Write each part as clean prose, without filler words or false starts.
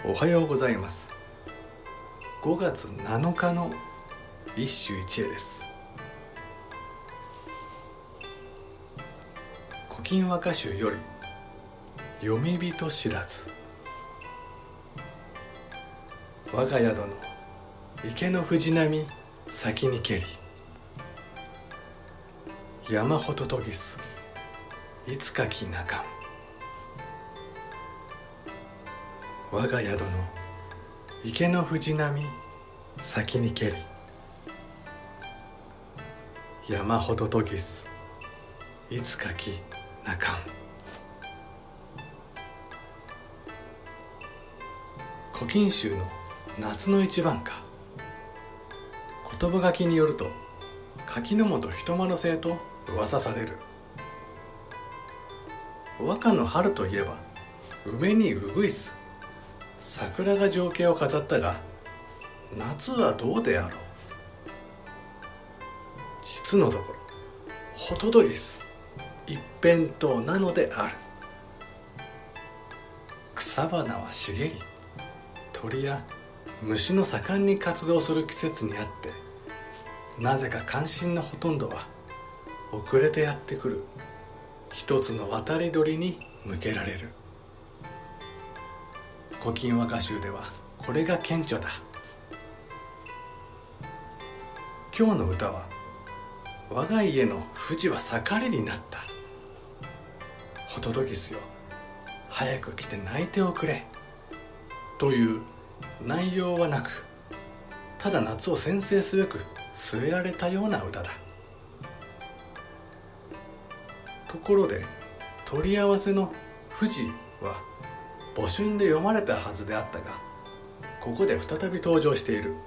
おはようございます。5月7日の一首一会です。古今和歌集より読み人知らず。我が宿の池の藤波先にけり、山ほどとぎすいつかきなかん。我が宿の池の藤波先にけり、山ほどとぎすいつかきなかん。古今集の夏の一番歌。言葉書きによると柿の本人間のせいと噂される。和歌の春といえば梅にうぐいす桜が情景を飾ったが、夏はどうであろう。実のところホトトギス一辺倒なのである。草花は茂り、鳥や虫の盛んに活動する季節にあって、なぜか関心のほとんどは遅れてやってくる一つの渡り鳥に向けられる。古今和歌集ではこれが顕著だ。今日の歌は、我が家の藤は盛りになった。ホトトギスよ、早く来て泣いておくれという内容はなく、ただ夏を宣誓すべく据えられたような歌だ。ところで取り合わせの藤は母春で読まれたはずであったが、ここで再び登場している。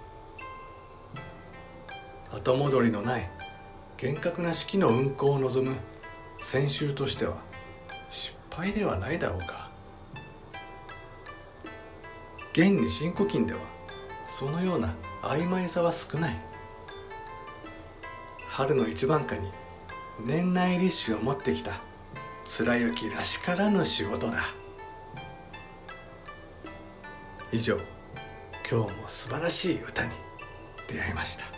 後戻りのない厳格な式の運行を望む先週としては失敗ではないだろうか。現に新古今ではそのような曖昧さは少ない。春の一番歌に年内立秋を持ってきた貫之らしからぬ仕事だ。以上、今日も素晴らしい歌に出会いました。